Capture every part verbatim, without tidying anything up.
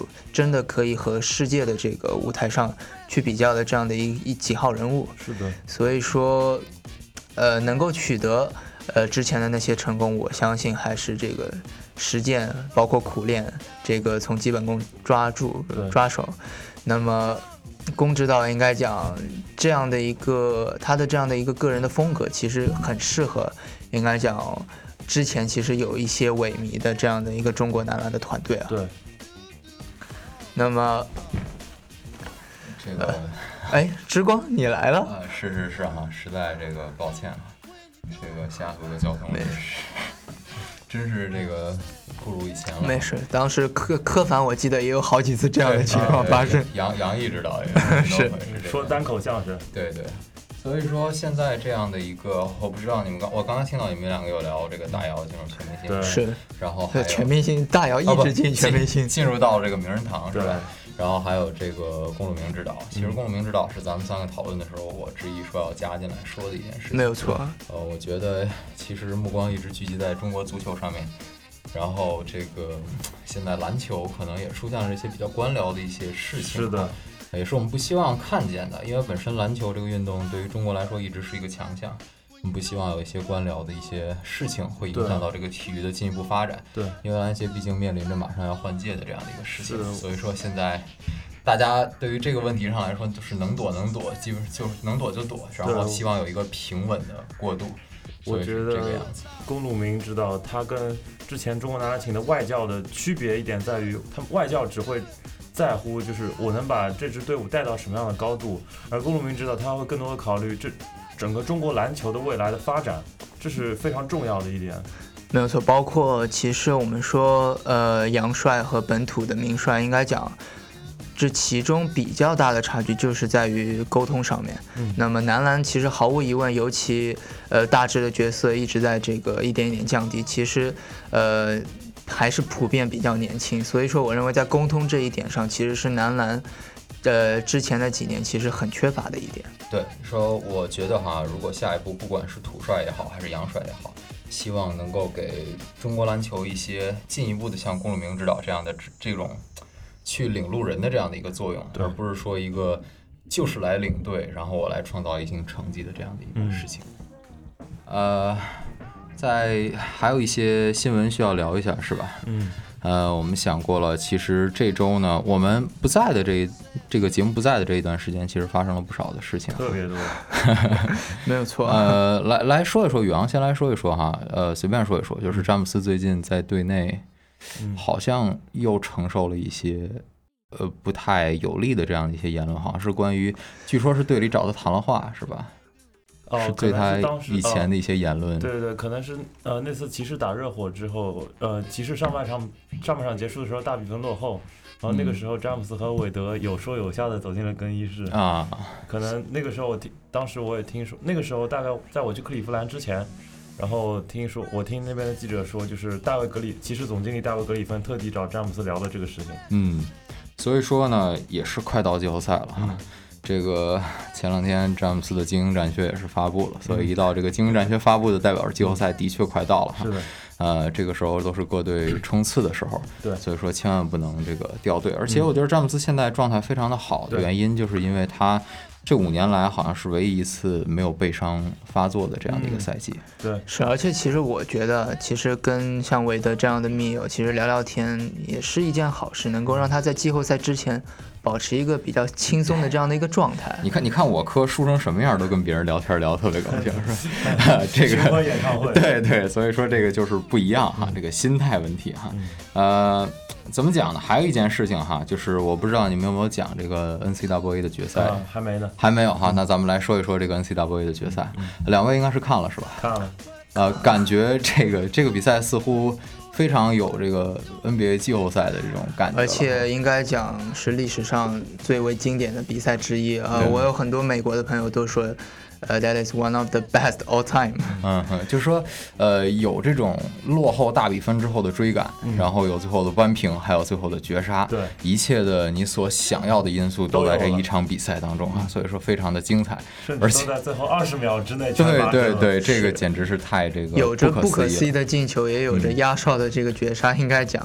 真的可以和世界的这个舞台上去比较的这样的一一几号人物。 是的， 所以说，呃，能够取得呃之前的那些成功，我相信还是这个实践，包括苦练，这个从基本功抓住抓手。那么龚指导应该讲这样的一个他的这样的一个个人的风格，其实很适合，应该讲之前其实有一些萎靡的这样的一个中国男篮的团队啊。 对。 那么， 这个， 哎、呃，之光你来了啊！是是是哈，实在这个抱歉啊，这个西雅图的交通真是这个不如以前了。 没事，当时科科凡我记得也有好几次这样的情况发生。 杨杨毅指导也是说单口相声， 对对。所以说现在这样的一个，我不知道你们刚，我刚刚听到你们两个有聊这个大姚进入全明星， 是， 然后还有全明星，大姚一直进全明星， 哦、进入到这个名人堂是吧？然后还有这个龚路明指导，其实龚路明指导是咱们三个讨论的时候，我执意说要加进来说的一件事情。 没有错。 呃，我觉得其实目光一直聚集在中国足球上面，然后这个现在篮球可能也出现了一些比较官僚的一些事情。 是的。 也是我们不希望看见的，因为本身篮球这个运动对于中国来说一直是一个强项，我们不希望有一些官僚的一些事情会影响到这个体育的进一步发展。 对， 因为篮协毕竟面临着马上要换届的这样的一个事情，所以说现在大家对于这个问题上来说，就是能躲能躲，基本就是能躲就躲，然后希望有一个平稳的过渡。 我觉得龚路明指导他跟之前中国男篮请的外教的区别一点在于，他们外教只会在乎就是我能把这支队伍带到什么样的高度，而龚路明指导他会更多的考虑这整个中国篮球的未来的发展，这是非常重要的一点。 没有错，包括其实我们说呃洋帅和本土的名帅，应该讲这其中比较大的差距就是在于沟通上面。 嗯， 那么男篮其实毫无疑问，尤其呃大致的角色一直在这个一点一点降低，其实呃还是普遍比较年轻，所以说我认为在沟通这一点上，其实是男篮呃之前的几年其实很缺乏的一点。 对，说我觉得哈，如果下一步不管是土帅也好，还是洋帅也好，希望能够给中国篮球一些进一步的像龚路明指导这样的这种去领路人的这样的一个作用，而不是说一个就是来领队，然后我来创造一定成绩的这样的一个事情。嗯、呃。在还有一些新闻需要聊一下，是吧？ 嗯， 呃，我们想过了，其实这周呢，我们不在的这这个节目不在的这一段时间，其实发生了不少的事情， 特别多， 没有错。 呃，来来说一说，宇昂先来说一说哈，呃，随便说一说，就是詹姆斯最近在队内，好像又承受了一些呃不太有利的这样的一些言论，好像是关于，据说是队里找他谈了话，是吧？ 哦， 是对他以前的一些言论， 哦、对对，可能是呃那次骑士打热火之后，呃骑士上半场上半场结束的时候大比分落后，然后那个时候詹姆斯和韦德有说有笑的走进了更衣室啊， 可能那个时候我听，当时我也听说，那个时候大概在我去克利夫兰之前，然后听说我听那边的记者说，就是大卫格里骑士总经理大卫格里芬特地找詹姆斯聊的这个事情， 嗯，所以说呢也是快到季后赛了哈。嗯，这个前两天詹姆斯的精英战靴也是发布了，所以一到这个精英战靴发布的，代表着季后赛的确快到了哈。 是的， 呃，这个时候都是各队冲刺的时候， 对， 所以说千万不能这个掉队。而且我觉得詹姆斯现在状态非常的好的原因，就是因为他这五年来好像是唯一一次没有背伤发作的这样的一个赛季。 嗯、对， 是，而且其实我觉得，其实跟像韦德这样的密友，其实聊聊天也是一件好事，能够让他在季后赛之前保持一个比较轻松的这样的一个状态。 你看，你看我科输成什么样，都跟别人聊天聊得特别高兴，是吧？这个演唱会， 对对，所以说这个就是不一样哈，这个心态问题哈。呃，怎么讲呢？还有一件事情哈，就是我不知道你们有没有讲这个 N C A A 的决赛， 啊、还没呢， 还没有哈。那咱们来说一说这个 N C A A 的决赛， 嗯、 两位应该是看了是吧？ 看了。 呃，感觉这个这个比赛似乎非常有这个 N B A 季后赛的这种感觉， 而且应该讲是历史上最为经典的比赛之一啊、呃！我有很多美国的朋友都说，呃、uh, ，that is one of the best all time。 嗯哼，就是说，呃，有这种落后大比分之后的追赶， 嗯、 然后有最后的扳平，还有最后的绝杀， 对， 一切的你所想要的因素都在这一场比赛当中啊，所以说非常的精彩， 而且都在最后二十秒之内。 对对对，这个简直是太这个有着不可思议的进球，也有着压哨的这个绝杀，应该讲，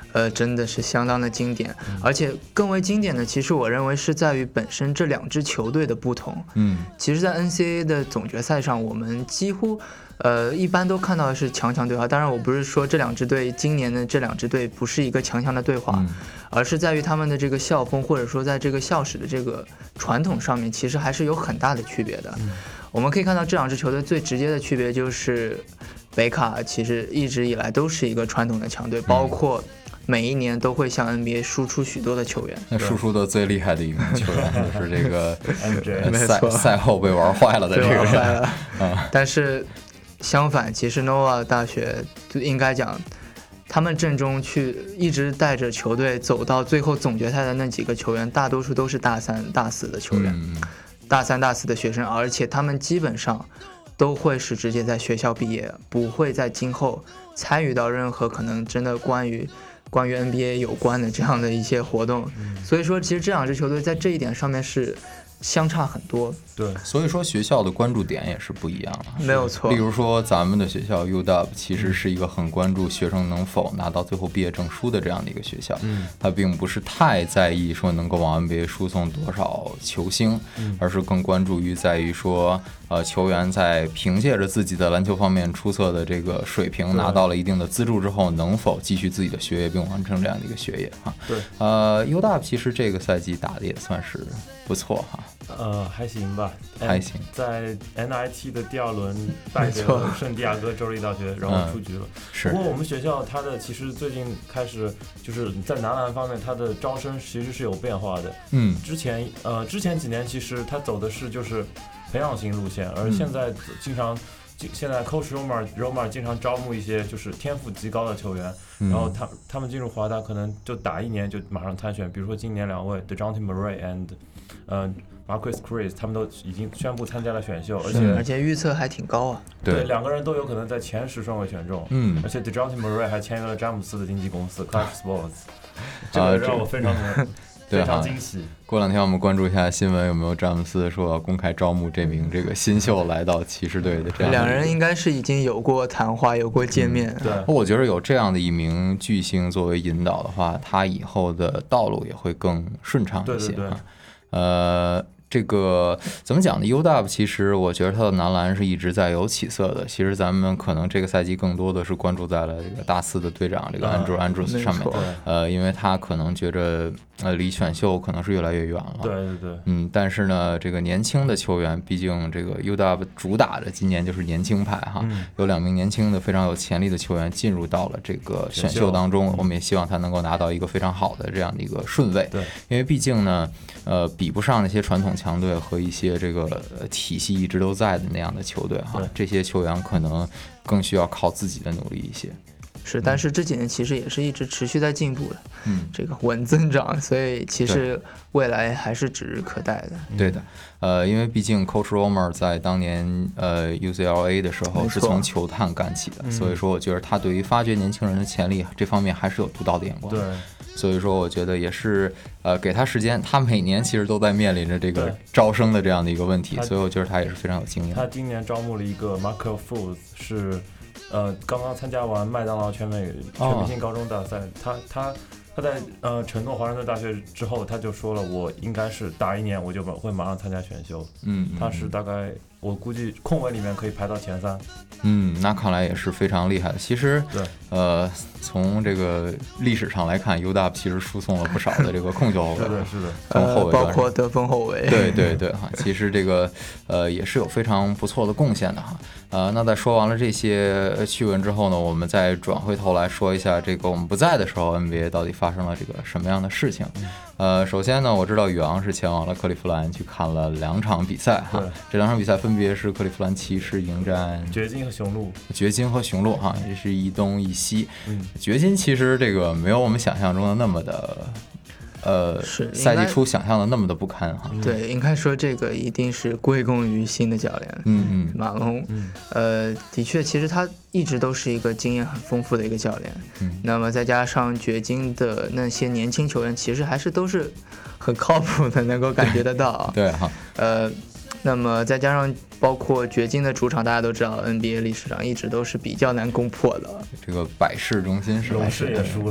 呃，真的是相当的经典，嗯、而且更为经典的，其实我认为是在于本身这两支球队的不同。 嗯， 其实，在 N C A A 的总决赛上，我们几乎，呃，一般都看到的是强强对话。当然，我不是说这两支队今年的这两支队不是一个强强的对话， 嗯、 而是在于他们的这个校风，或者说在这个校史的这个传统上面，其实还是有很大的区别的。 嗯、 我们可以看到这两支球队最直接的区别就是，北卡其实一直以来都是一个传统的强队，包括每一年都会向 N B A 输出许多的球员。 那输出的最厉害的一名球员就是这个赛赛后被玩坏了的这个人。 了啊、但是相反，其实 Nova 大学就应该讲，他们阵中去一直带着球队走到最后总决赛的那几个球员，大多数都是大三、大四的球员， 嗯、 大三、大四的学生，而且他们基本上都会是直接在学校毕业，不会在今后参与到任何可能真的关于关于 N B A 有关的这样的一些活动。 嗯、 所以说，其实这两支球队在这一点上面是相差很多。 对， 所以说学校的关注点也是不一样的， 没有错。 例如说咱们的学校 U W 其实是一个很关注学生能否拿到最后毕业证书的这样的一个学校， 嗯， 它并不是太在意说能够往 N B A 输送多少球星， 嗯、 而是更关注于在于说，呃，球员在凭借着自己的篮球方面出色的这个水平，拿到了一定的资助之后，能否继续自己的学业并完成这样的一个学业哈。 对， 呃 ，U W 其实这个赛季打的也算是不错哈。 呃，还行吧， 还行。 在 N I T 的第二轮败给了圣地亚哥州立大学，然后出局了。 嗯、是。 不过我们学校它的其实最近开始就是在男篮方面，它的招生其实是有变化的。 嗯。 之前呃之前几年其实它走的是就是培养型路线，而现在经常。嗯现在 Coach Romer Romer 经常招募一些就是天赋极高的球员， 嗯、 然后他他们进入华大可能就打一年就马上参选，比如说今年两位 DeJounte Murray and 呃 Marquese Chriss 他们都已经宣布参加了选秀，而且而且预测还挺高啊。 对，两个人都有可能在前十顺位选中。 嗯， 而且 DeJounte Murray 还签约了詹姆斯的经纪公司 Clutch Sports， 这个让我非常的。 对非常惊喜。 过两天我们关注一下新闻，有没有詹姆斯说要公开招募这名这个新秀来到骑士队的这样的。 两人应该是已经有过谈话，有过见面。 嗯、对， 我觉得有这样的一名巨星作为引导的话，他以后的道路也会更顺畅一些。 对对对。 呃。这个怎么讲呢 ？U W 其实我觉得他的男篮是一直在有起色的。其实咱们可能这个赛季更多的是关注在了这个大四的队长这个 Andrew Andrews 上面，呃，因为他可能觉着呃离选秀可能是越来越远了。 对对对。 嗯，但是呢，这个年轻的球员，毕竟这个 U W 主打的今年就是年轻派哈， 嗯、 有两名年轻的非常有潜力的球员进入到了这个选秀当中，我们也希望他能够拿到一个非常好的这样的一个顺位。 对， 因为毕竟呢，呃，比不上那些传统强队和一些这个体系一直都在的那样的球队哈，这些球员可能更需要靠自己的努力一些。 是，但是这几年其实也是一直持续在进步的， 嗯， 这个稳增长，所以其实未来还是指日可待的。 对的，呃，因为毕竟 Coach Romer 在当年呃 U C L A 的时候是从球探干起的，所以说我觉得他对于发掘年轻人的潜力这方面还是有独到的眼光。 对。 所以说，我觉得也是，呃，给他时间，他每年其实都在面临着这个招生的这样的一个问题，所以我觉得他也是非常有经验。 他今年招募了一个 Markel Fultz， 是，呃，刚刚参加完麦当劳全美全明星高中大赛，哦、他他他在呃承诺华盛顿大学之后，他就说了，我应该是打一年我就会马上参加选秀。 嗯， 他是大概我估计控卫里面可以排到前三。 嗯，那看来也是非常厉害的。其实， 对， 呃，从这个历史上来看 ，U W 其实输送了不少的这个控球后卫， 是的，是的， 从后卫、 呃、包括得分后卫。 对对对哈，其实这个呃也是有非常不错的贡献的哈。呃，那在说完了这些趣闻之后呢，我们再转回头来说一下这个我们不在的时候 N B A 到底发生了这个什么样的事情。呃，首先呢，我知道宇昂是前往了克利夫兰去看了两场比赛哈，这两场比赛分别是克利夫兰骑士迎战掘金和雄鹿， 掘金和雄鹿哈，也是一东一西。 嗯， 掘金其实这个没有我们想象中的那么的。呃， 是赛季初想象的那么的不堪哈。 对，应该说这个一定是归功于新的教练， 嗯嗯， 马龙。 嗯， 呃，的确，其实他一直都是一个经验很丰富的一个教练。 嗯， 那么再加上掘金的那些年轻球员，其实还是都是很靠谱的，能够感觉得到。 对哈， 呃，那么再加上包括掘金的主场，大家都知道 N B A 历史上一直都是比较难攻破的。 这个百事中心是勇士也输了。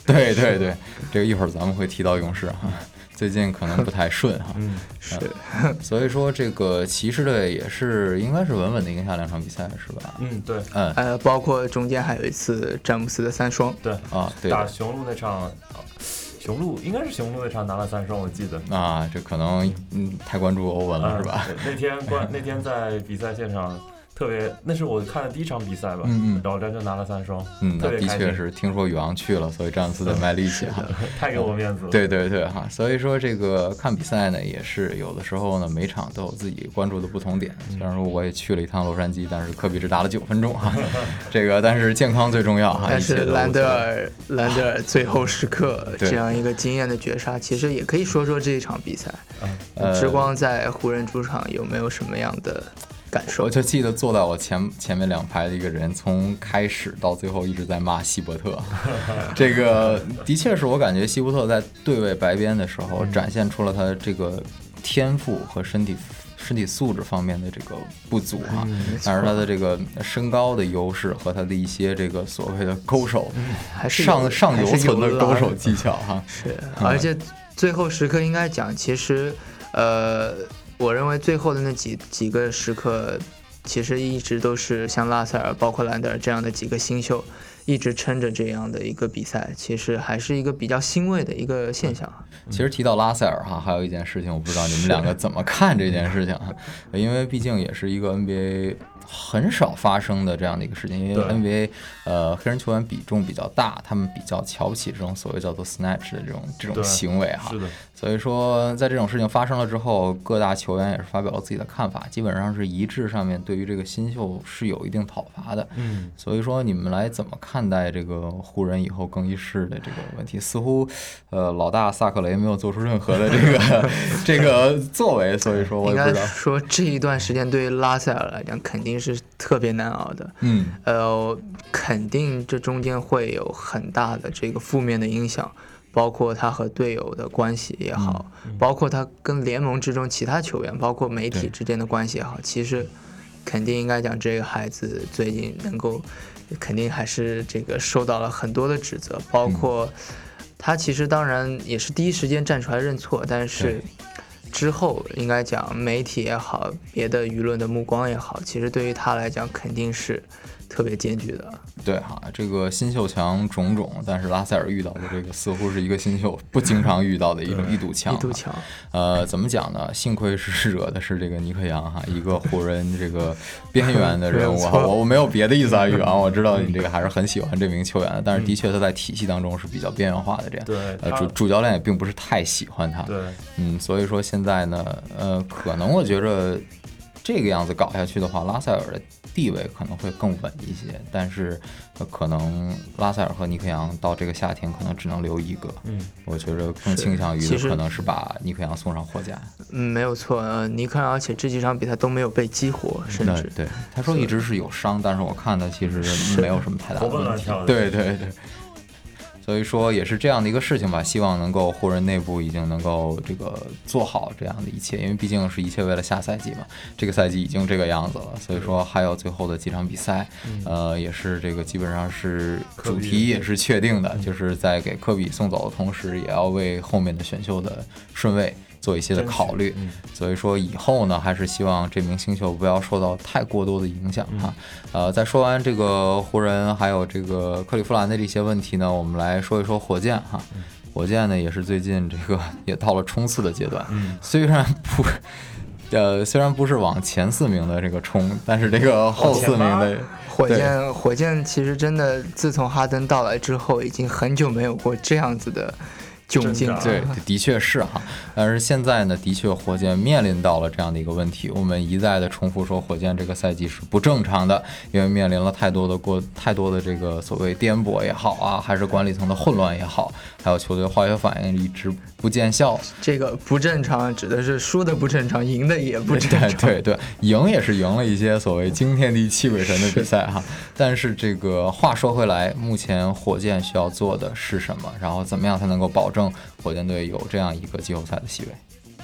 对对对，这个一会儿咱们会提到勇士哈，最近可能不太顺哈。 嗯， 是。 所以说这个骑士队也是应该是稳稳的赢下两场比赛是吧？ 嗯，对。 嗯， 呃，包括中间还有一次詹姆斯的三双。 对啊，对。 打雄鹿那场。雄鹿应该是雄鹿那场拿了三双，我记得啊，这可能嗯太关注欧文了、嗯、是吧？ 那天关那天在比赛现场特别，那是我看的第一场比赛吧， 嗯嗯， 然后詹就拿了三双， 嗯，那的确是，听说宇昂去了，所以詹姆斯得卖力气哈、 嗯，太给我面子了。 对对对哈，所以说这个看比赛呢，也是有的时候呢，每场都有自己关注的不同点。虽然说我也去了一趟洛杉矶，但是科比只打了九分钟哈，这个但是健康最重要哈。 但是兰德尔兰德尔最后时刻这样一个惊艳的绝杀，其实也可以说说这一场比赛。 呃， 之光在湖人主场有没有什么样的感受？ 我就记得坐在我前前面两排的一个人，从开始到最后一直在骂希伯特。这个的确是我感觉希伯特在对位白边的时候，展现出了他这个天赋和身体身体素质方面的这个不足哈、嗯，但是他的这个身高的优势和他的一些这个所谓的勾手， 还是上上游存的勾手技巧哈。 是，而且最后时刻应该讲，其实呃。我认为最后的那几几个时刻，其实一直都是像拉塞尔、包括兰德尔这样的几个新秀，一直撑着这样的一个比赛，其实还是一个比较欣慰的一个现象。 其实提到拉塞尔哈，还有一件事情，我不知道你们两个怎么看这件事情哈，因为毕竟也是一个 N B A 很少发生的这样的一个事情，因为 N B A 呃黑人球员比重比较大，他们比较瞧不起这种所谓叫做 snatch 的这种这种行为哈。 是的。 所以说，在这种事情发生了之后，各大球员也是发表了自己的看法，基本上是一致上面对于这个新秀是有一定讨伐的。 嗯， 所以说你们来怎么看待这个湖人以后更衣室的这个问题？似乎，呃，老大萨克雷没有做出任何的这个这个作为，所以说我也不知道。 应该说这一段时间对于拉塞尔来讲肯定是特别难熬的。 嗯， 呃，肯定这中间会有很大的这个负面的影响。包括他和队友的关系也好、嗯嗯，包括他跟联盟之中其他球员，包括媒体之间的关系也好，其实肯定应该讲这个孩子最近能够，肯定还是这个受到了很多的指责，包括他其实当然也是第一时间站出来认错，但是之后应该讲媒体也好，别的舆论的目光也好，其实对于他来讲肯定是特别艰巨的。 对哈，这个新秀墙种种，但是拉塞尔遇到的这个似乎是一个新秀不经常遇到的一种一堵墙。 一堵墙。 呃，怎么讲呢？幸亏是惹的是这个尼克杨哈，一个湖人这个边缘的人物哈。我我没有别的意思啊，宇昂，我知道你这个还是很喜欢这名球员的，但是的确他在体系当中是比较边缘化的这样。 对。 呃，主主教练也并不是太喜欢他。 对。 嗯，所以说现在呢，呃，可能我觉着这个样子搞下去的话，拉塞尔的地位可能会更稳一些，但是、呃、可能拉塞尔和尼克杨到这个夏天可能只能留一个。 嗯， 我觉得更倾向于的可能是把尼克杨送上火架。 嗯，没有错，呃，尼克杨而且这几场比赛都没有被激活，甚至对他说一直是有伤，但是我看他其实没有什么太大的问题。对对对。所以说也是这样的一个事情吧，希望能够湖人内部已经能够这个做好这样的一切，因为毕竟是一切为了下赛季嘛，这个赛季已经这个样子了，所以说还有最后的几场比赛，呃，也是这个基本上是主题也是确定的，就是在给科比送走的同时，也要为后面的选秀的顺位做一些的考虑，所以说以后呢，还是希望这名新秀不要受到太过多的影响哈。呃，在说完这个湖人还有这个克利夫兰的这些问题呢，我们来说一说火箭哈。火箭呢也是最近这个也到了冲刺的阶段，虽然不。呃，虽然不是往前四名的这个冲，但是这个后四名的火箭，火箭其实真的自从哈登到来之后，已经很久没有过这样子的窘境。 对，的确是哈。但是现在呢，的确火箭面临到了这样的一个问题。我们一再的重复说，火箭这个赛季是不正常的，因为面临了太多的过太多的这个所谓颠簸也好啊，还是管理层的混乱也好，还有球队化学反应一直不见效。 这个不正常指的是输的不正常，赢的也不正常。 对对对，赢也是赢了一些所谓惊天地泣鬼神的比赛哈。但是这个话说回来，目前火箭需要做的是什么？然后怎么样才能够保证火箭队有这样一个季后赛的席位？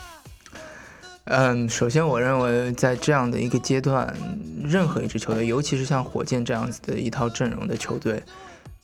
嗯，首先我认为在这样的一个阶段，任何一支球队，尤其是像火箭这样子的一套阵容的球队，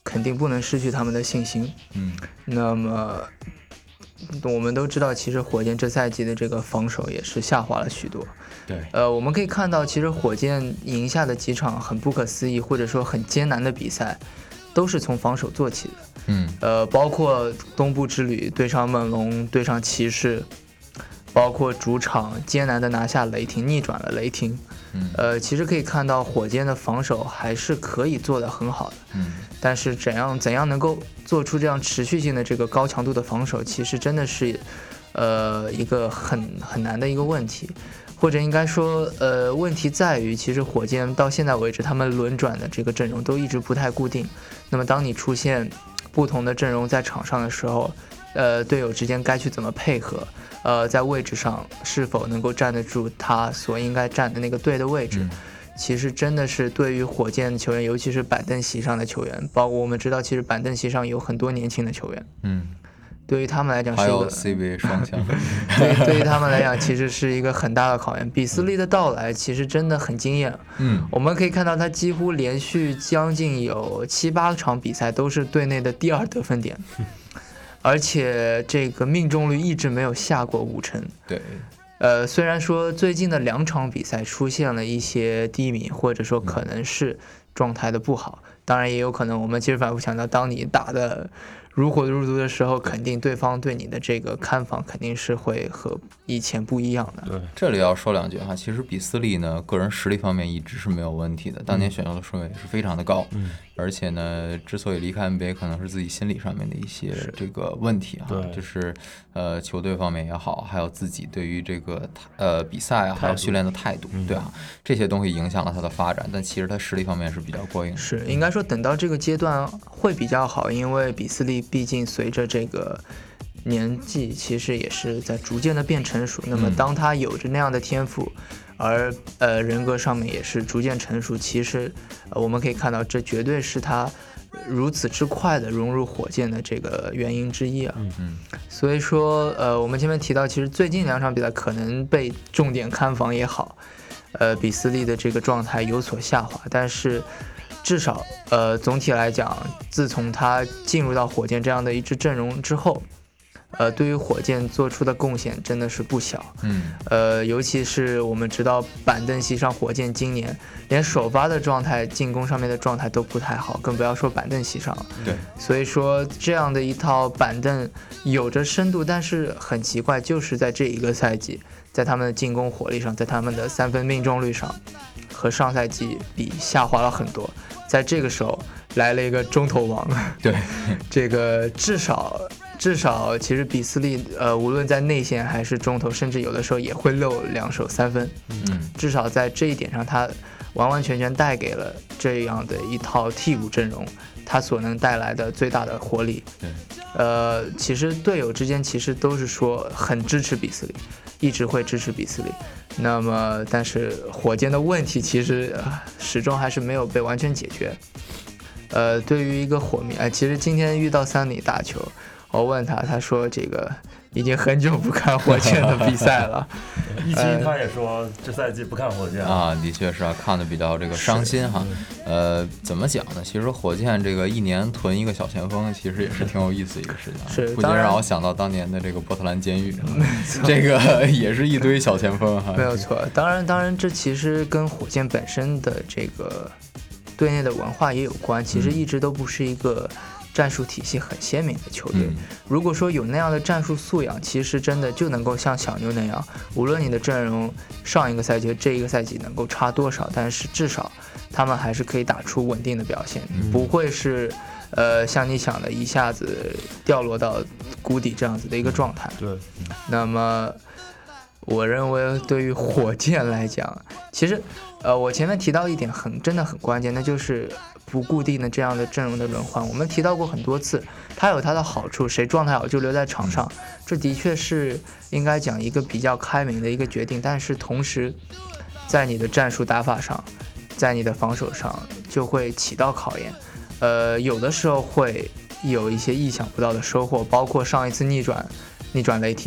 肯定不能失去他们的信心。 嗯， 那么我们都知道，其实火箭这赛季的这个防守也是下滑了许多。 对， 呃，我们可以看到，其实火箭赢下的几场很不可思议或者说很艰难的比赛，都是从防守做起的。 嗯， 呃，包括东部之旅对上猛龙，对上骑士，包括主场艰难的拿下雷霆，逆转了雷霆。 嗯， 呃，其实可以看到火箭的防守还是可以做得很好的。 嗯， 但是怎样怎样能够做出这样持续性的这个高强度的防守，其实真的是，呃，一个很很难的一个问题。或者应该说，呃，问题在于，其实火箭到现在为止，他们轮转的这个阵容都一直不太固定。那么，当你出现不同的阵容在场上的时候，呃，队友之间该去怎么配合？呃，在位置上是否能够站得住他所应该站的那个队的位置？ 嗯、 其实真的是对于火箭球员，尤其是板凳席上的球员，包括我们知道，其实板凳席上有很多年轻的球员。 嗯。 对于他们来讲是一个， 还有 C 位双枪， 对，对于他们来讲其实是一个很大的考验。比斯利的到来其实真的很惊艳， 嗯， 我们可以看到他几乎连续将近有七八场比赛都是队内的第二得分点，而且这个命中率一直没有下过五成。 对， 呃，虽然说最近的两场比赛出现了一些低迷，或者说可能是状态的不好，当然也有可能我们其实反复强调，当你打的如火如荼的时候，肯定对方对你的这个看法肯定是会和以前不一样的。 对， 这里要说两句哈，其实比斯利呢，个人实力方面一直是没有问题的，当年选秀的顺位是非常的高， 嗯， 而且呢，之所以离开 N B A， 可能是自己心理上面的一些这个问题哈，就是呃球队方面也好，还有自己对于这个呃比赛啊，还有训练的态度， 嗯、 对啊，这些东西影响了他的发展，但其实他实力方面是比较过硬的。 是，应该说等到这个阶段会比较好，因为比斯利毕竟随着这个年纪其实也是在逐渐的变成熟，那么当他有着那样的天赋，而呃人格上面也是逐渐成熟，其实、呃、我们可以看到这绝对是他如此之快的融入火箭的这个原因之一啊。 嗯嗯。 所以说呃我们前面提到，其实最近两场比赛可能被重点看防也好，呃比斯利的这个状态有所下滑，但是至少呃总体来讲，自从他进入到火箭这样的一支阵容之后，呃，对于火箭做出的贡献真的是不小， 嗯， 呃，尤其是我们知道板凳席上火箭今年连首发的状态、进攻上面的状态都不太好，更不要说板凳席上了。 对， 所以说这样的一套板凳有着深度，但是很奇怪，就是在这一个赛季，在他们的进攻火力上，在他们的三分命中率上，和上赛季比下滑了很多。在这个时候来了一个中投王， 对， 这个至少。至少，其实比斯利，呃，无论在内线还是中投，甚至有的时候也会漏两手三分。 嗯， 至少在这一点上，他完完全全带给了这样的一套替补阵容，他所能带来的最大的活力。 对， 呃，其实队友之间其实都是说很支持比斯利，一直会支持比斯利。那么，但是火箭的问题其实、呃、始终还是没有被完全解决。呃，对于一个火迷，哎、呃，其实今天遇到三里打球。我问他，他说这个已经很久不看火箭的比赛了。 一期他也说这赛季不看火箭啊，的确是啊，看的比较这个伤心哈。呃，怎么讲呢？其实火箭这个一年囤一个小前锋，其实也是挺有意思的一个事情、啊。 是， 不禁让我想到当年的这个波特兰监狱，这个也是一堆小前锋哈。 没有错，当然，当然，这其实跟火箭本身的这个队内的文化也有关。其实一直都不是一个战术体系很鲜明的球队， 嗯、 如果说有那样的战术素养，其实真的就能够像小牛那样，无论你的阵容上一个赛季这一个赛季能够差多少，但是至少他们还是可以打出稳定的表现， 嗯、 不会是呃像你想的一下子掉落到谷底这样子的一个状态。 对， 那么我认为对于火箭来讲，其实呃我前面提到一点很真的很关键，那就是不固定的这样的阵容的轮换。我们提到过很多次，它有它的好处，谁状态好就留在场上，这的确是应该讲一个比较开明的一个决定，但是同时在你的战术打法上，在你的防守上就会起到考验，呃有的时候会有一些意想不到的收获，包括上一次逆转逆转雷霆，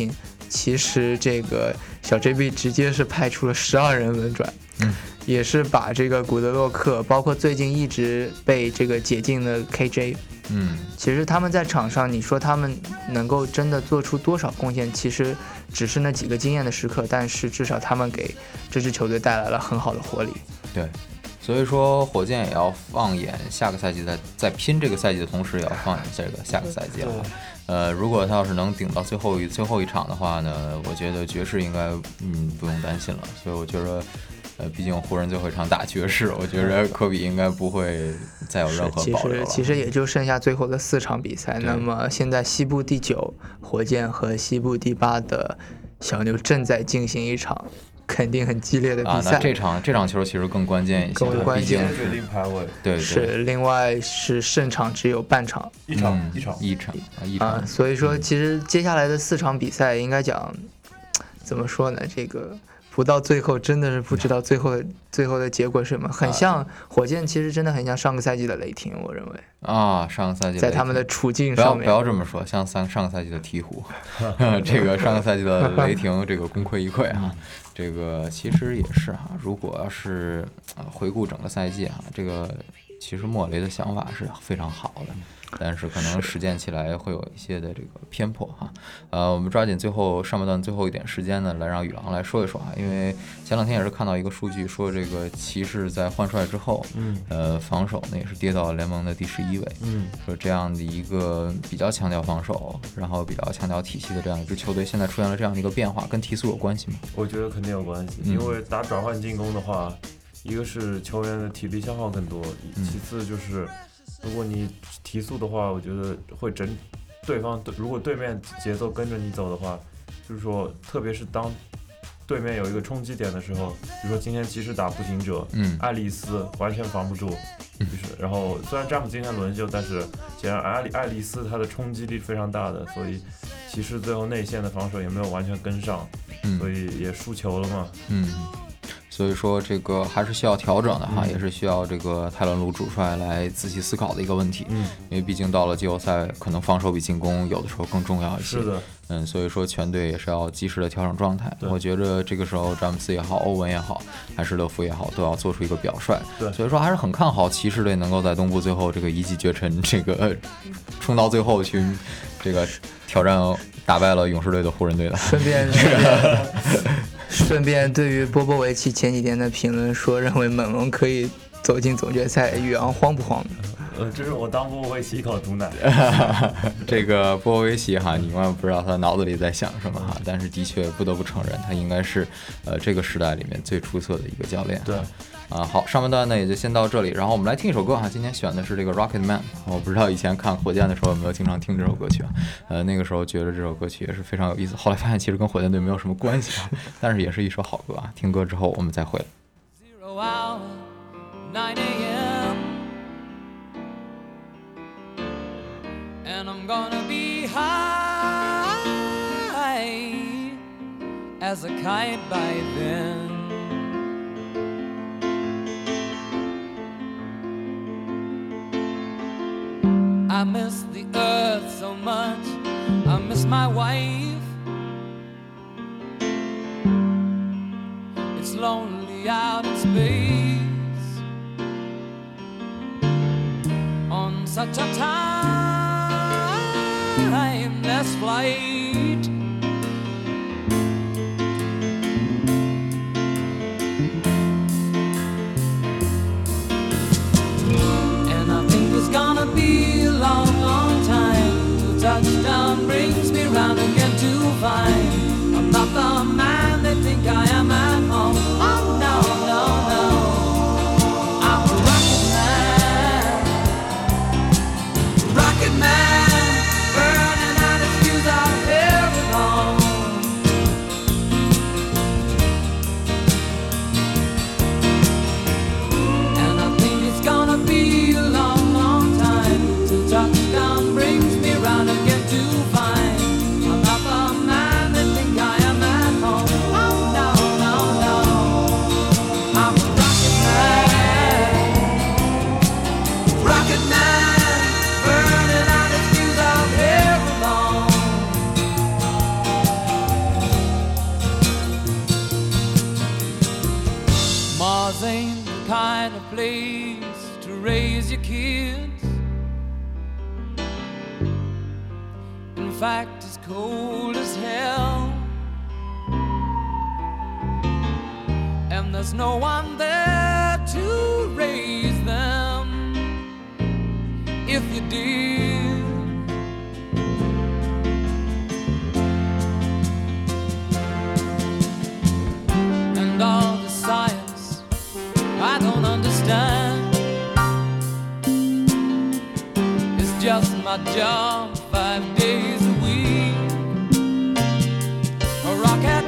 其实这个小 J B 直接是派出了十二人轮转， 嗯， 也是把这个古德洛克，包括最近一直被这个解禁的 K J， 嗯， 其实他们在场上，你说他们能够真的做出多少贡献，其实只是那几个惊艳的时刻，但是至少他们给这支球队带来了很好的活力。 对。所以说，火箭也要放眼下个赛季，在在拼这个赛季的同时，也要放眼这个下个赛季了。呃，如果他要是能顶到最后一最后一场的话呢，我觉得爵士应该嗯不用担心了。所以我觉得，呃，毕竟湖人最后一场打爵士，我觉得科比应该不会再有任何保留了。 其实其实也就剩下最后的四场比赛。那么现在西部第九火箭和西部第八的小牛正在进行一场肯定很激烈的比赛。 啊，那这场这场球其实更关键一些， 更关键， 决定排位。 对对。 是，另外是胜场只有半场， 一场、 嗯、 一场一场一场啊，所以说其实接下来的四场比赛应该讲，怎么说呢？这个不到最后真的是不知道最后最后的结果是什么，很像火箭，其实真的很像上个赛季的雷霆，我认为啊，上个赛季在他们的处境上面， 不要不要这么说，像上上个赛季的鹈鹕，这个上个赛季的雷霆，这个功亏一篑啊。这个其实也是哈，如果要是回顾整个赛季哈，这个其实莫雷的想法是非常好的，但是可能实践起来会有一些的这个偏颇哈。呃，我们抓紧最后上半段最后一点时间呢，来让宇昂来说一说哈，因为前两天也是看到一个数据说，这个骑士在换帅之后， 嗯， 呃，防守呢也是跌到联盟的第十一位， 嗯， 说这样的一个比较强调防守，然后比较强调体系的这样一支球队，现在出现了这样的一个变化，跟提速有关系吗？ 我觉得肯定有关系，因为打转换进攻的话，一个是球员的体力消耗更多，其次就是如果你提速的话，我觉得会整对方，如果对面节奏跟着你走的话，就是说，特别是当对面有一个冲击点的时候，比如说今天骑士打步行者， 嗯， 爱丽丝完全防不住，就是然后虽然詹姆斯今天轮休，但是显然爱丽爱丽丝她的冲击力非常大的，所以骑士最后内线的防守也没有完全跟上， 嗯， 所以也输球了嘛， 嗯。所以说这个还是需要调整的哈，嗯、也是需要这个泰伦卢主帅来仔细思考的一个问题。 嗯， 因为毕竟到了季后赛，可能防守比进攻有的时候更重要一些。 是的， 嗯，所以说全队也是要及时的调整状态。我觉得这个时候詹姆斯也好，欧文也好，还是勒夫也好，都要做出一个表率。 对， 所以说还是很看好骑士队能够在东部最后这个一骑绝尘，这个冲到最后去，这个挑战打败了勇士队的湖人队的。 顺便顺便顺便，对于波波维奇前几天的评论说，认为猛龙可以走进总决赛，宇昂慌不慌的？ 呃，这是我当波波维奇一口毒奶。 这个波波维奇哈，你永远不知道他脑子里在想什么哈，但是的确不得不承认，他应该是呃这个时代里面最出色的一个教练。 对。 啊，好，上半段呢也就先到这里，然后我们来听一首歌哈。今天选的是这个 Rocket Man， 我不知道以前看火箭的时候有没有经常听这首歌曲啊？呃，那个时候觉得这首歌曲也是非常有意思，后来发现其实跟火箭队没有什么关系啊，但是也是一首好歌啊。听歌之后我们再回来。 Zero hour, nine a.m. And I'm gonna be high as a kite by then. I miss the earth so much, I miss my wife. It's lonely out in space on such a timeless flight. And I think it's gonna be a long, long time till touchdown brings me round again to find I'm not the man they think I am at home. Oh no, no, no, I'm a rocket man, rocket man, burning out his fuse out here. find a place to raise your kids. In fact, it's cold as hell, and there's no one there to raise them if you did. And all the science I don't understand, it's just my job five days a week. A rocket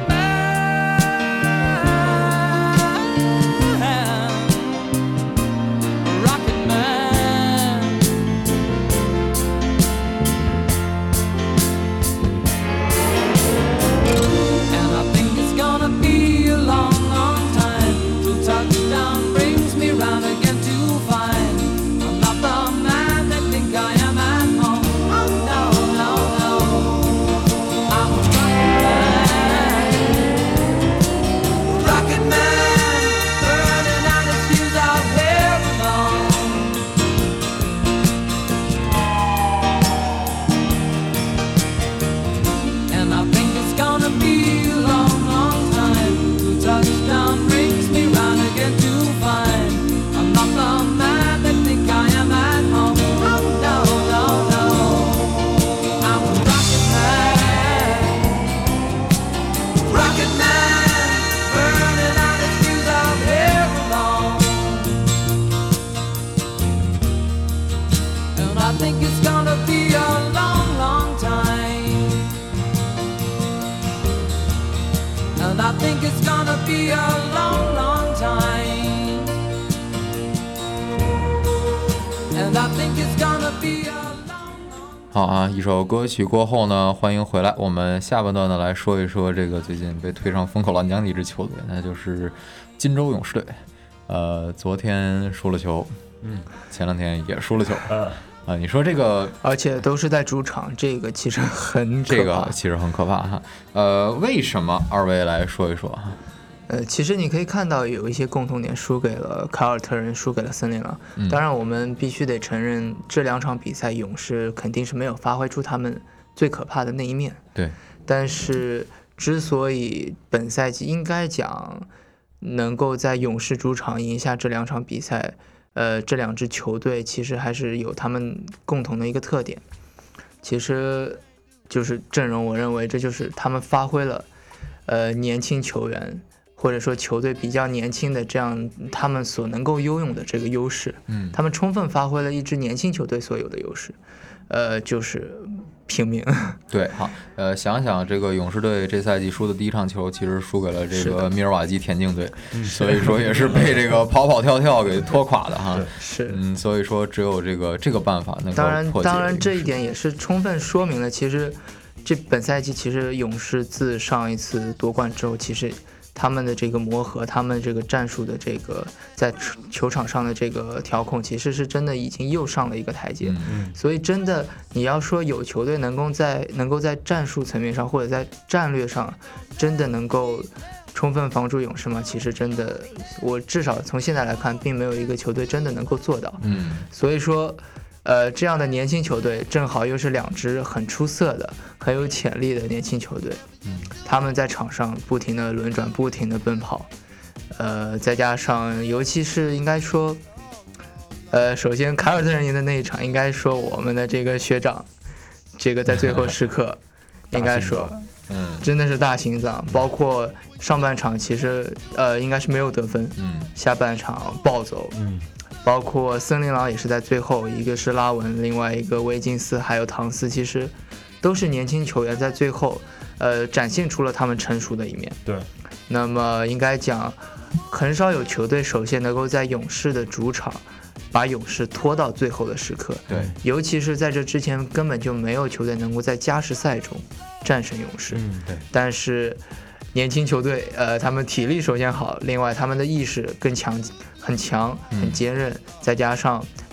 好啊，一首歌曲过后呢，欢迎回来。我们下半段呢来说一说这个最近被推上风口浪尖的一支球队，那就是金州勇士队。呃，昨天输了球，嗯，前两天也输了球，啊、呃，你说这个， 而且都是在主场，这个其实很可怕， 这个其实很可怕哈。呃，为什么？二位来说一说哈。 呃，其实你可以看到有一些共同点，输给了凯尔特人，输给了森林狼。 嗯、 当然，我们必须得承认，这两场比赛勇士肯定是没有发挥出他们最可怕的那一面。 对。 但是，之所以本赛季应该讲能够在勇士主场赢下这两场比赛，呃，这两支球队其实还是有他们共同的一个特点，其实就是阵容。我认为这就是他们发挥了，呃，年轻球员。或者说球队比较年轻的这样他们所能够拥有的这个优势， 嗯， 他们充分发挥了一支年轻球队所有的优势，呃，就是拼命。 对，好，呃，想想这个勇士队这赛季输的第一场球，其实输给了这个密尔瓦基田径队，所以说也是被这个跑跑跳跳给拖垮的哈。 是， 嗯，所以说只有这个这个办法能够当然， 破解。 当然这一点也是充分说明了，其实这本赛季其实勇士自上一次夺冠之后，其实。他们的这个磨合，他们这个战术的这个在球场上的这个调控，其实是真的已经又上了一个台阶。 嗯、 所以真的，你要说有球队能够在能够在战术层面上或者在战略上，真的能够充分防住勇士吗？其实真的，我至少从现在来看，并没有一个球队真的能够做到。 嗯， 所以说。呃，这样的年轻球队正好又是两支很出色的、很有潜力的年轻球队， 嗯， 他们在场上不停的轮转、不停的奔跑，呃，再加上，尤其是应该说，呃，首先凯尔特人赢的那一场，应该说我们的这个学长，这个在最后时刻，应该说， 嗯， 真的是大心脏。包括上半场其实呃应该是没有得分， 嗯， 下半场暴走， 嗯。 包括森林狼也是在最后，一个是拉文，另外一个威金斯还有唐斯，其实都是年轻球员在最后，呃，展现出了他们成熟的一面。 对。 那么应该讲，很少有球队首先能够在勇士的主场把勇士拖到最后的时刻。 对。 尤其是在这之前，根本就没有球队能够在加时赛中战胜勇士。 嗯，对。 但是年轻球队，呃，他们体力首先好，另外他们的意识更强。很强，很坚韧，再加上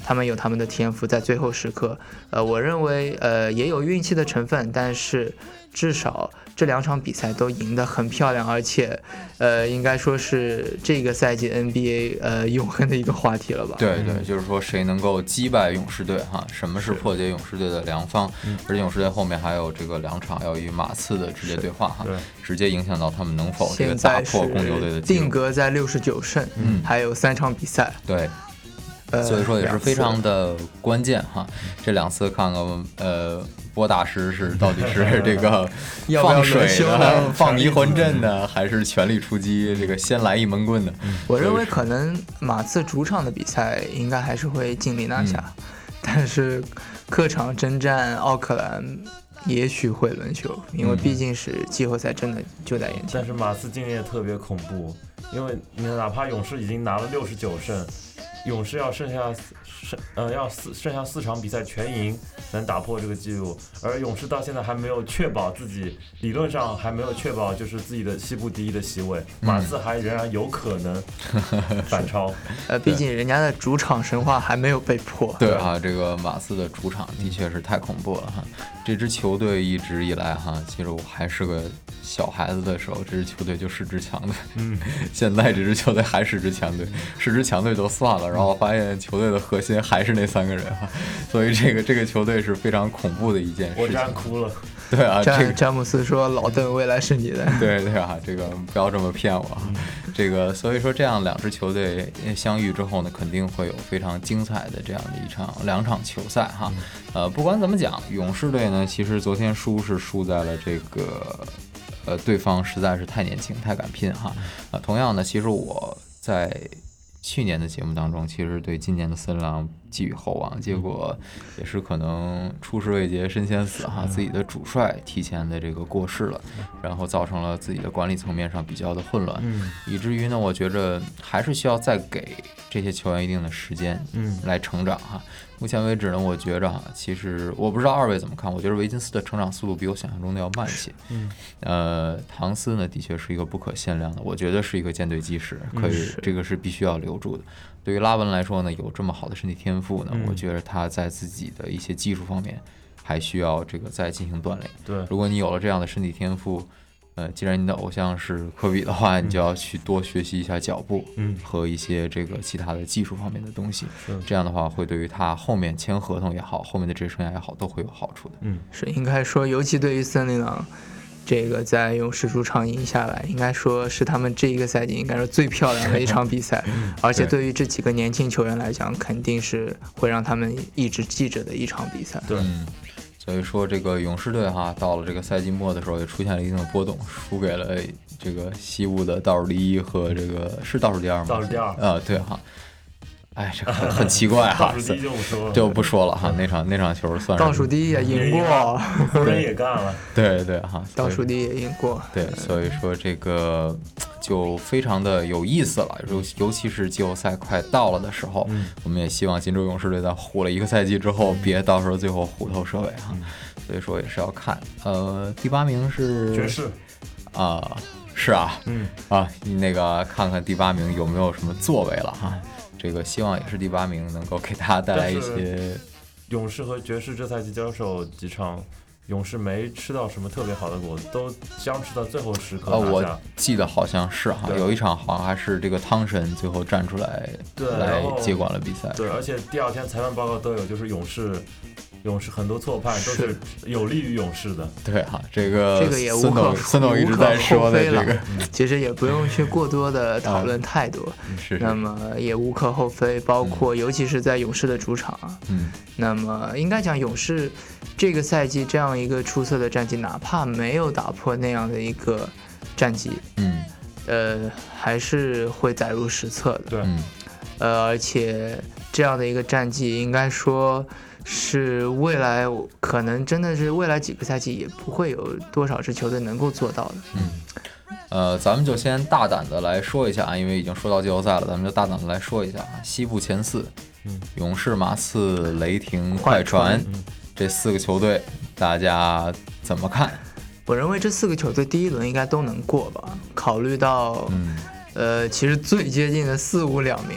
他们有他们的天赋，在最后时刻，呃，我认为呃也有运气的成分，但是至少这两场比赛都赢得很漂亮，而且呃应该说是这个赛季 N B A 呃永恒的一个话题了吧？ 对对，就是说谁能够击败勇士队哈？什么是破解勇士队的良方？而且勇士队后面还有这个两场要与马刺的直接对话哈，直接影响到他们能否这个打破公牛队的定格在六十九胜，嗯，还有三场比赛， 对。所以说也是非常的关键哈，这两次看看呃波大师是到底是这个放水的、放迷魂阵的，还是全力出击这个先来一闷棍的？ 我认为可能马刺主场的比赛应该还是会尽力拿下，嗯、但是客场征战奥克兰也许会轮休，因为毕竟是季后赛真的就在眼前。 但是马刺今年也特别恐怖，因为你哪怕勇士已经拿了六十九胜。勇士要剩下剩呃要四剩下四场比赛全赢，能打破这个记录，而勇士到现在还没有确保自己，理论上还没有确保就是自己的西部第一的席位，马刺还仍然有可能反超。 呃，毕竟人家的主场神话还没有被破。 对啊，这个马刺的主场的确是太恐怖了哈。这支球队一直以来哈，其实我还是个小孩子的时候，这支球队就是支强队。嗯，现在这支球队还是支强队，是支强队就算了。然后发现球队的核心还是那三个人哈，所以这个这个球队是非常恐怖的一件事情。 我站哭了。 对啊， 詹、 这个、 詹姆斯说：“老邓，未来是你的。” 对对啊，这个不要这么骗我。嗯、这个所以说这样两支球队相遇之后呢，肯定会有非常精彩的这样的一场两场球赛哈。嗯、呃，不管怎么讲，勇士队呢，其实昨天输是输在了这个呃对方实在是太年轻、太敢拼哈。呃，同样呢，其实我在。去年的节目当中，其实对今年的森林狼寄予厚望，结果也是可能出师未捷身先死哈，自己的主帅提前的这个过世了，然后造成了自己的管理层面上比较的混乱，嗯，以至于呢，我觉着还是需要再给这些球员一定的时间，嗯，来成长哈。目前为止呢，我觉着哈，其实我不知道二位怎么看，我觉得维金斯的成长速度比我想象中的要慢些。嗯，呃，唐斯呢，的确是一个不可限量的，我觉得是一个舰队基石，可以，嗯、这个是必须要留住的。对于拉文来说呢，有这么好的身体天赋呢，嗯、我觉得他在自己的一些技术方面还需要这个再进行锻炼。 对， 如果你有了这样的身体天赋。呃，既然你的偶像是科比的话，你就要去多学习一下脚步，嗯，和一些这个其他的技术方面的东西。是，这样的话会对于他后面签合同也好，后面的职业生涯也好，都会有好处的。 嗯，是应该说，尤其对于森林狼，这个在勇士主场赢下来，应该说是他们这一个赛季应该是最漂亮的一场比赛，而且对于这几个年轻球员来讲，肯定是会让他们一直记着的一场比赛。 对。嗯，所以说这个勇士队哈，到了这个赛季末的时候也出现了一定的波动，输给了这个西部的倒数第一和这个是倒数第二吗？ 倒数第二。 呃，对哈。哎，这个很很奇怪哈， 倒数第一就不说了， 就不说了哈。那场那场球算是倒数第一也赢过， 湖人也干了。 对对哈， 倒数第一也赢过。 对，所以说这个就非常的有意思了，尤尤其是季后赛快到了的时候，嗯、我们也希望金州勇士队在虎了一个赛季之后，别到时候最后虎头蛇尾哈。嗯、所以说也是要看。呃，第八名是爵士啊、呃，是啊，嗯啊，你那个看看第八名有没有什么作为了哈。这个希望也是第八名能够给大家带来一些。 勇士和爵士这赛季交手几场，勇士没吃到什么特别好的果子，都僵持到最后时刻。 呃，我记得好像是哈，有一场好像还是这个汤神最后站出来， 对， 来接管了比赛。 对，而且第二天裁判报告都有，就是勇士。勇士很多错判都是有利于勇士的。 对哈、啊，这个这个也无可孙总一直在说的这个， 其实也不用去过多的讨论太多。 嗯、是, 是。 那么也无可厚非，包括、嗯、尤其是在勇士的主场。嗯。那么应该讲，勇士这个赛季这样一个出色的战绩，哪怕没有打破那样的一个战绩，嗯，呃，还是会载入史册的。 对。 嗯。 呃，而且这样的一个战绩，应该说。是未来可能真的是未来几个赛季也不会有多少支球队能够做到的。 嗯，呃，咱们就先大胆的来说一下啊，因为已经说到季后赛了，咱们就大胆的来说一下啊。西部前四，嗯，勇士、马刺、雷霆、快船、嗯、这四个球队，大家怎么看？ 我认为这四个球队第一轮应该都能过吧。考虑到，嗯、呃，其实最接近的四五两名。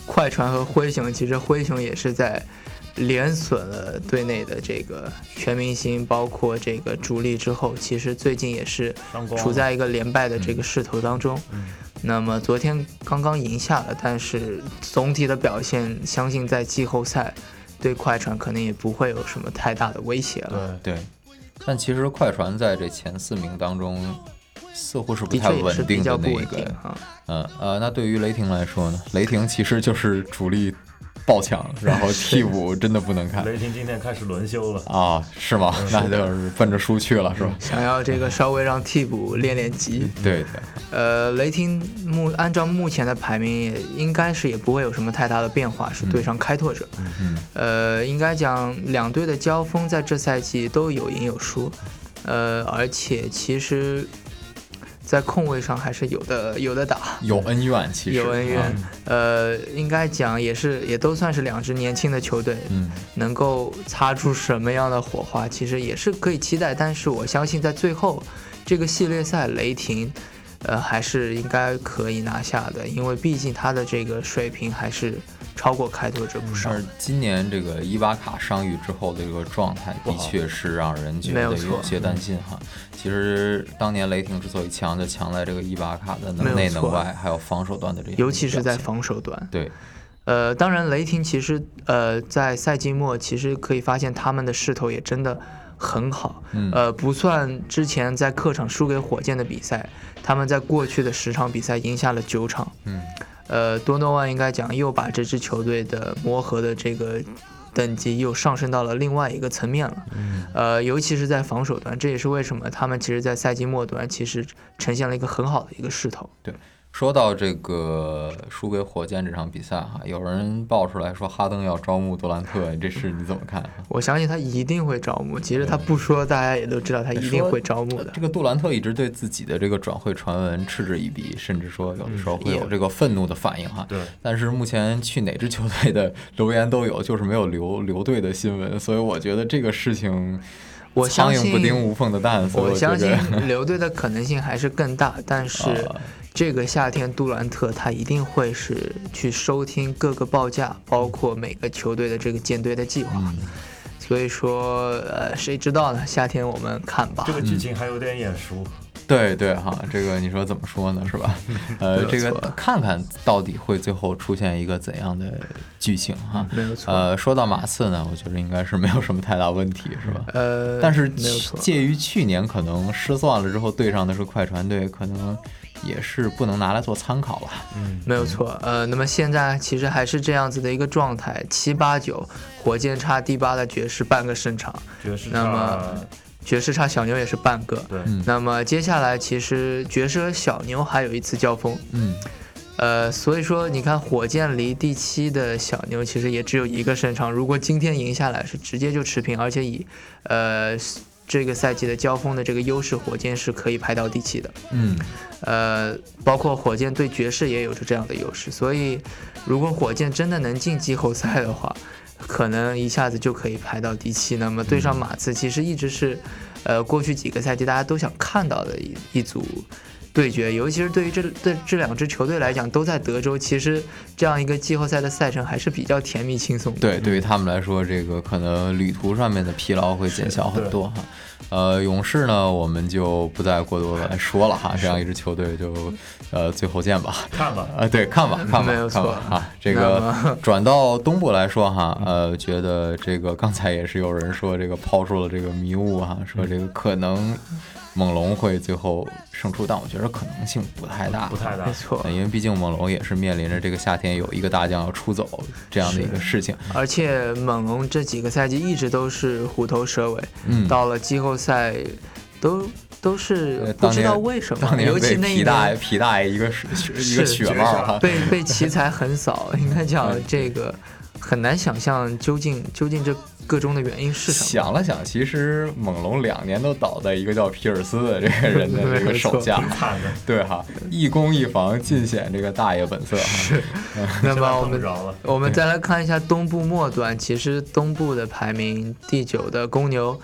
快船和灰熊，其实灰熊也是在连损了队内的这个全明星，包括这个主力之后，其实最近也是处在一个连败的这个势头当中。 嗯、 那么昨天刚刚赢下了，但是总体的表现，相信在季后赛对快船可能也不会有什么太大的威胁了。 对对，但其实快船在这前四名当中，似乎是不太稳定的那一个。嗯呃，那对于雷霆来说呢？雷霆其实就是主力爆强，然后替补真的不能看。 雷霆今天开始轮休了啊？是吗？嗯、那就是奔着输去了，是吧？ 想要这个稍微让替补练练级。 对对。 呃，雷霆目按照目前的排名，也应该是也不会有什么太大的变化，是对上开拓者。 嗯嗯。 呃，应该讲两队的交锋在这赛季都有赢有输，呃，而且其实。在控卫上还是有的有的打， 有恩怨，其实有恩怨。呃，应该讲也是也都算是两支年轻的球队， 嗯， 能够擦出什么样的火花，其实也是可以期待。但是我相信在最后这个系列赛，雷霆，呃，还是应该可以拿下的，因为毕竟他的这个水平还是超过开拓者不少。 而今年这个伊巴卡伤愈之后的这个状态，的确是让人觉得有些担心哈。其实当年雷霆之所以强，就强在这个伊巴卡的能内能外，还有防守端的这些， 尤其是在防守端。 对， 呃，当然雷霆其实呃在赛季末其实可以发现他们的势头也真的很好， 嗯、 呃，不算之前在客场输给火箭的比赛，他们在过去的十场比赛赢下了九场， 嗯， 呃，多诺万应该讲又把这支球队的磨合的这个等级又上升到了另外一个层面了， 嗯， 呃，尤其是在防守端，这也是为什么他们其实在赛季末端其实呈现了一个很好的一个势头。 对。说到这个输给火箭这场比赛哈，有人爆出来说哈登要招募杜兰特，这事你怎么看？ 我相信他一定会招募，其实他不说，大家也都知道他一定会招募的。 这个杜兰特一直对自己的这个转会传闻嗤之以鼻，甚至说有的时候会有这个愤怒的反应哈。 对。 但是目前去哪支球队的留言都有，就是没有留留队的新闻，所以我觉得这个事情。 我相信苍蝇不叮无缝的蛋， 我, 我相信留队的可能性还是更大，但是这个夏天杜兰特他一定会是去收听各个报价，包括每个球队的这个建队的计划， 嗯、 所以说呃，谁知道呢？夏天我们看吧。 这个剧情还有点眼熟。 嗯对对哈，这个你说怎么说呢，是吧？呃，这个看看到底会最后出现一个怎样的剧情哈？ 没有错。 呃，说到马刺呢，我觉得应该是没有什么太大问题，是吧？ 呃， 但是没有错。 介于去年可能失算了之后对上的是快船队，可能也是不能拿来做参考了。 嗯， 没有错。呃，那么现在其实还是这样子的一个状态，七八九，火箭差第八的爵士半个胜场， 爵士那么。爵士差小牛也是半个， 对。 那么接下来其实爵士和小牛还有一次交锋， 嗯， 呃，所以说你看火箭离第七的小牛其实也只有一个胜场，如果今天赢下来是直接就持平，而且以呃这个赛季的交锋的这个优势，火箭是可以排到第七的， 嗯， 呃，包括火箭对爵士也有着这样的优势，所以如果火箭真的能进季后赛的话。可能一下子就可以排到第七，那么对上马刺其实一直是，呃，过去几个赛季大家都想看到的一一组对决，尤其是对于这这这两支球队来讲，都在德州，其实这样一个季后赛的赛程还是比较甜蜜轻松的。 对，对于他们来说，这个可能旅途上面的疲劳会减小很多哈。呃，勇士呢，我们就不再过多来说了哈，这样一支球队就，呃，最后见吧， 看吧， 呃，对，看吧，看吧，看吧哈。这个转到东部来说哈，呃，觉得这个刚才也是有人说这个抛出了这个迷雾哈，说这个可能。猛龙会最后胜出，但我觉得可能性不太大， 不太大， 没错， 因为毕竟猛龙也是面临着这个夏天有一个大将要出走这样的一个事情， 而且猛龙这几个赛季一直都是虎头蛇尾， 嗯， 到了季后赛都都是不知道为什么，尤其那一皮大爷皮大爷一个一个血帽， 被被奇才横扫，应该讲这个很难想象究竟究竟这。个中的原因是什么？ 想了想，其实猛龙两年都倒在一个叫皮尔斯的这个人的这个手下，对哈，一攻一防尽显这个大爷本色哈。 是。那么我们我们再来看一下东部末端，其实东部的排名第九的公牛。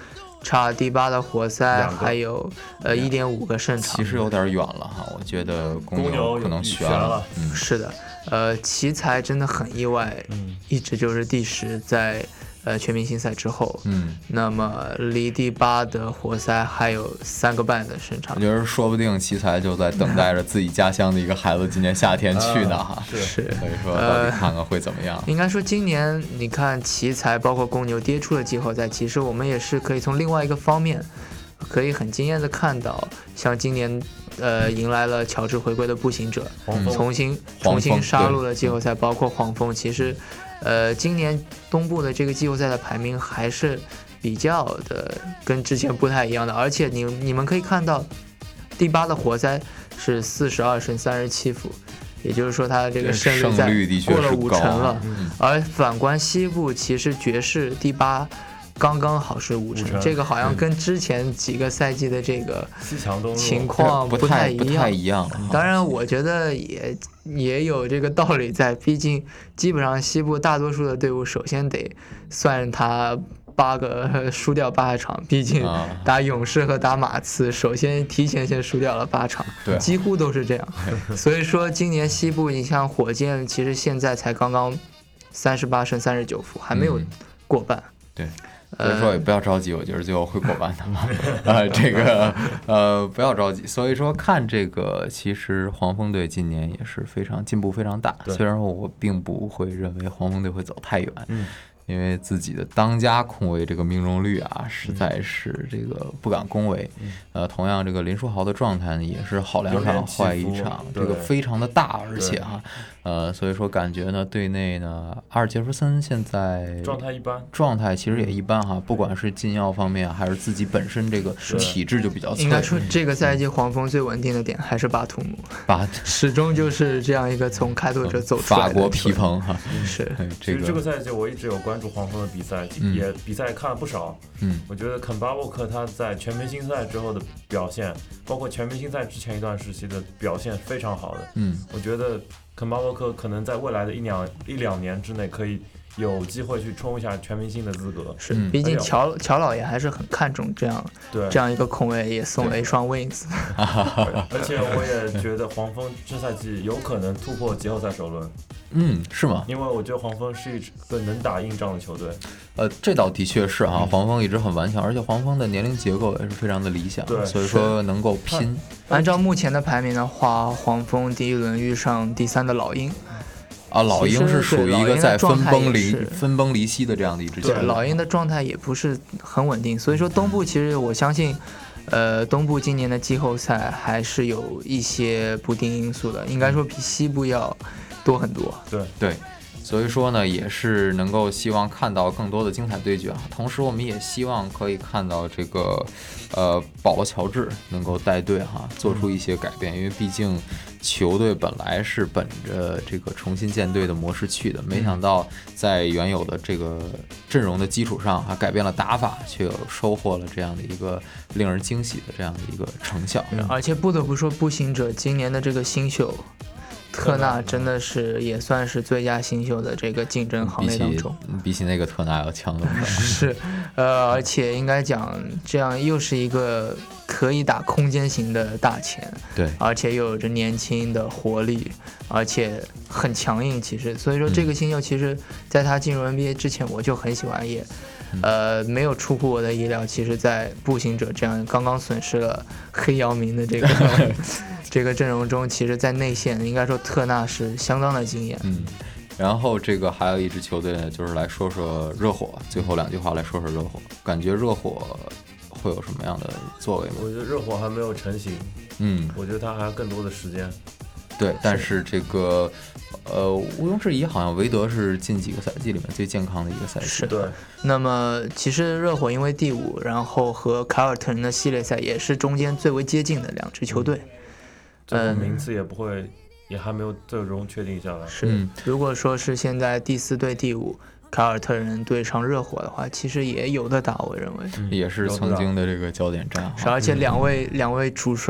差第八的活塞还有呃一点五个胜场， 其实有点远了哈，我觉得公牛可能悬了。 嗯， 是的，呃，奇才真的很意外， 嗯， 一直就是第十在。呃，全明星赛之后， 嗯， 那么离第八的活塞还有三个半的胜场。 我觉得说不定奇才就在等待着自己家乡的一个孩子今年夏天去呢哈。 是， 是， 所以说到底看看会怎么样。 呃、应该说今年你看奇才包括公牛跌出了季后赛，其实我们也是可以从另外一个方面，可以很惊艳的看到，像今年呃迎来了乔治回归的步行者，重新重新杀入了季后赛，包括黄蜂，其实。呃，今年东部的这个季后赛的排名还是比较的跟之前不太一样的，而且你你们可以看到，第八的活塞是四十二胜三十七负，也就是说他这个胜率在过了五成了。 嗯、 而反观西部，其实爵士第八刚刚好是五成，这个好像跟之前几个赛季的这个情况不太一样。不太一样。 当然，我觉得也。也有这个道理在，毕竟基本上西部大多数的队伍首先得算他八个输掉八场，毕竟打勇士和打马刺首先提前先输掉了八场，几乎都是这样。所以说今年西部你像火箭，其实现在才刚刚三十八胜三十九负，还没有过半。 嗯、对。所以说也不要着急，我觉得最后会过半的嘛。呃，这个呃不要着急。所以说看这个，其实黄蜂队今年也是非常进步非常大。虽然我并不会认为黄蜂队会走太远， 嗯， 因为自己的当家控卫这个命中率啊，实在是这个不敢恭维。 嗯、 呃，同样这个林书豪的状态呢，也是好两场坏一场，这个非常的大，而且啊。呃，所以说感觉呢，队内呢，阿尔杰弗森现在状态一般， 状态其实也一般哈，不管是禁药方面，还是自己本身这个体质就比较脆。 应该说，这个赛季黄蜂最稳定的点还是巴图姆， 巴始终就是这样一个从开拓者走出来的法国皮蓬哈。 是， 这个这个赛季我一直有关注黄蜂的比赛， 嗯、 也比赛看了不少。 嗯， 我觉得肯巴沃克他在全明星赛之后的表现，包括全明星赛之前一段时期的表现非常好的。 嗯， 我觉得。肯巴沃克可能在未来的一两一两年之内可以有机会去冲一下全明星的资格。 是，毕竟乔乔老爷还是很看重这样对这样一个控卫，也送了一双 wings。 而且我也觉得黄蜂这赛季有可能突破季后赛首轮。 嗯，是吗？ 因为我觉得黄蜂是一个能打硬仗的球队。 呃，这倒的确是啊，黄蜂一直很顽强，而且黄蜂的年龄结构也是非常的理想， 对， 所以说能够拼。 按照目前的排名的话，黄蜂第一轮遇上第三的老鹰。 啊，老鹰是属于一个在分崩离分崩离析的这样的一支球队。 对，老鹰的状态也不是很稳定，所以说东部其实我相信，呃，东部今年的季后赛还是有一些不定因素的，应该说比西部要多很多。 对对。所以说呢，也是能够希望看到更多的精彩对决啊。同时，我们也希望可以看到这个，呃，保罗·乔治能够带队哈，做出一些改变。因为毕竟球队本来是本着这个重新建队的模式去的，没想到在原有的这个阵容的基础上还改变了打法，却有收获了这样的一个令人惊喜的这样的一个成效。 而且不得不说，步行者今年的这个新秀。特纳真的是也算是最佳新秀的这个竞争行列当中， 比起, 比起那个特纳要强的是，呃，而且应该讲，这样又是一个可以打空间型的大前， 对， 而且又有着年轻的活力，而且很强硬。其实，所以说这个新秀其实在他进入 N B A 之前，我就很喜欢，也呃没有出乎我的意料。其实，在步行者这样刚刚损失了黑姚明的这个。这个阵容中，其实，在内线应该说特纳是相当的惊艳。 嗯，然后这个还有一支球队呢，就是来说说热火。最后两句话来说说热火，感觉热火会有什么样的作为吗？ 我觉得热火还没有成型。 嗯， 我觉得他还有更多的时间。 对，但是这个呃，毋庸置疑，好像韦德是近几个赛季里面最健康的一个赛季。 是对。 那么其实热火因为第五，然后和凯尔特人的系列赛也是中间最为接近的两支球队。嗯这个名次也不会，嗯、也还没有最终确定下来。 是，嗯、如果说是现在第四对第五，凯尔特人对上热火的话，其实也有的打，我认为、 嗯、也是曾经的这个焦点战。 是，而且两位、嗯、两位主帅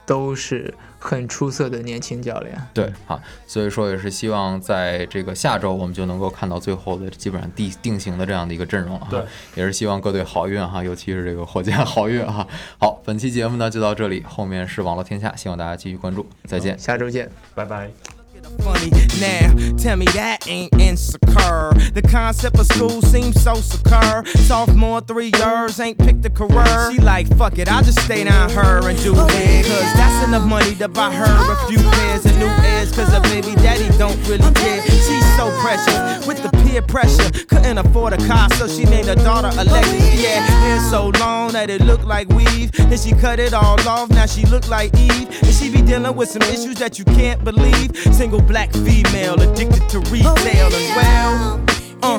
都是很出色的年轻教练。 对啊，所以说也是希望在这个下周我们就能够看到最后的基本上定定型的这样的一个阵容哈。 对， 也是希望各队好运哈，尤其是这个火箭好运哈。好，本期节目呢就到这里，后面是网络天下，希望大家继续关注，再见， 下周见， 拜拜。 Funny now, tell me that ain't insecure. The concept of school seems so secure. Sophomore, three years, ain't picked a career. She like, fuck it, I'll just stay down her and do it. Cause that's enough money to buy her a few pairs of new ears. Cause her baby daddy don't really care. She's so precious with the peer pressure. Couldn't afford a car, so she named her daughter Alexis. Yeah, hair so long that it looked like weave. Then she cut it all off, now she look like Eve. And she be dealing with some issues that you can't believe. Single black female addicted to retail as well. Uh.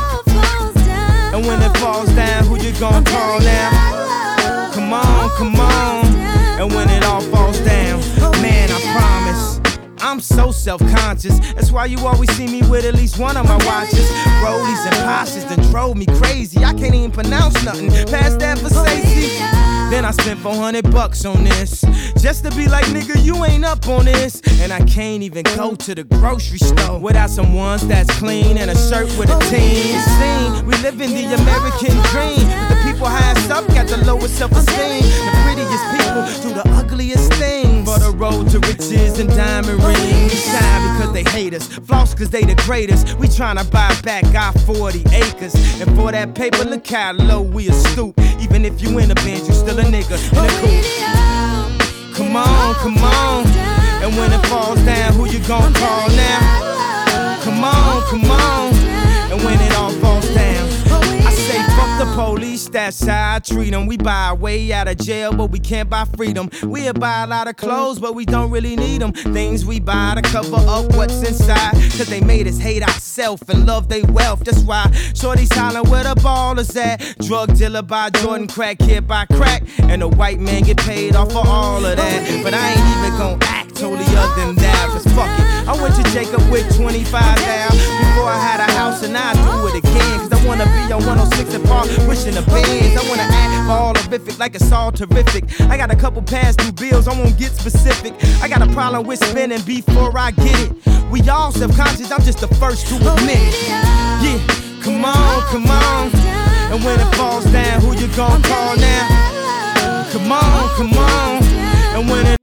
And when it falls down, who you gonna call now? Come on, come on. And when it all falls down, man, I promise I'm so self-conscious. That's why you always see me with at least one of my watches. Rollies and Porsches done drove me crazy. I can't even pronounce nothing past that for safety. Then I spent four hundred bucks on this, just to be like, nigga, you ain't up on this. And I can't even go to the grocery store without some ones that's clean and a shirt with a team. Scene, we live in the American dream. The people highest up got the lowest self-esteem. The prettiest people do the ugliest things. For the road to riches and diamond rings. Shine because they hate us, floss cause they the greatest. We tryna buy back our forty acres. And for that paper, look how low we a stoop. Even if you in a Benz, you still a nigga in a coupe. Come on, come on. And when it falls down, who you gon' call now? Come on, come on. And when it all falls down, I say fuck the police, that's how I treat them. We buy our way out of jail, but we can't buy freedom. We'll buy a lot of clothes, but we don't really need them. Things we buy to cover up what's inside, cause they made us hate ourselves and love they wealth. That's why shorty's hollering where the ball is at. Drug dealer by Jordan, crack kid by crack, and the white man get paid off for all of that. But I ain't even gon' act totally other than that, cause fuck it, I went to Jacob with twenty-five thousand before I had a house, and I do it again. Cause I wanna be on one oh six and Park, wishing the Benz. I wanna act all horrific like it's all terrific. I got a couple past due bills, I won't get specific. I got a problem with spending before I get it. We all self-conscious, I'm just the first to admit it. Yeah, come on, come on. And when it falls down, who you gon' call now? Come on, come on. And when it